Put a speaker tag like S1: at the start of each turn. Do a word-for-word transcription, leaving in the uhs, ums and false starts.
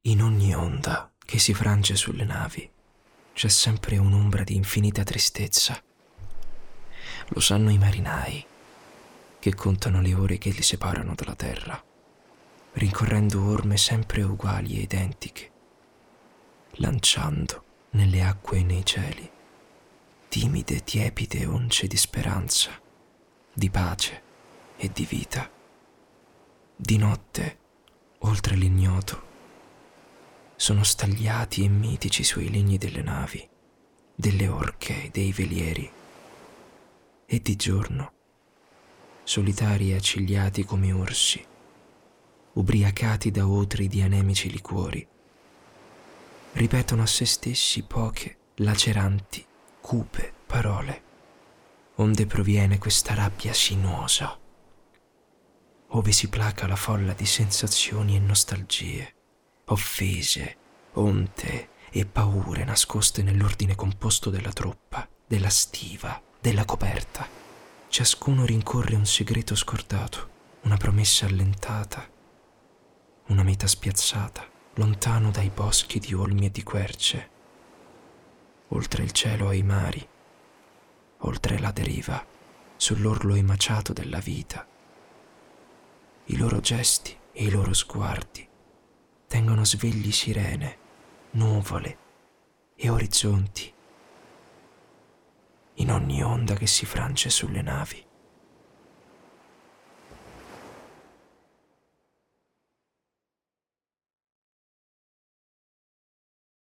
S1: In ogni onda che si frange sulle navi c'è sempre un'ombra di infinita tristezza. Lo sanno i marinai, che contano le ore che li separano dalla terra, rincorrendo orme sempre uguali e identiche, lanciando nelle acque e nei cieli timide, tiepide once di speranza, di pace e di vita. Di notte, oltre l'ignoto, sono stagliati e mitici sui legni delle navi, delle orche e dei velieri. E di giorno, solitari e accigliati come orsi, ubriacati da otri di anemici liquori, ripetono a se stessi poche, laceranti, cupe parole, onde proviene questa rabbia sinuosa, ove si placa la folla di sensazioni e nostalgie, offese, onte e paure nascoste nell'ordine composto della troppa, della stiva, della coperta. Ciascuno rincorre un segreto scordato, una promessa allentata, una meta spiazzata, lontano dai boschi di olmi e di querce, oltre il cielo e i mari, oltre la deriva, sull'orlo emaciato della vita. I loro gesti e i loro sguardi tengono svegli sirene, nuvole e orizzonti, in ogni onda che si frange sulle navi.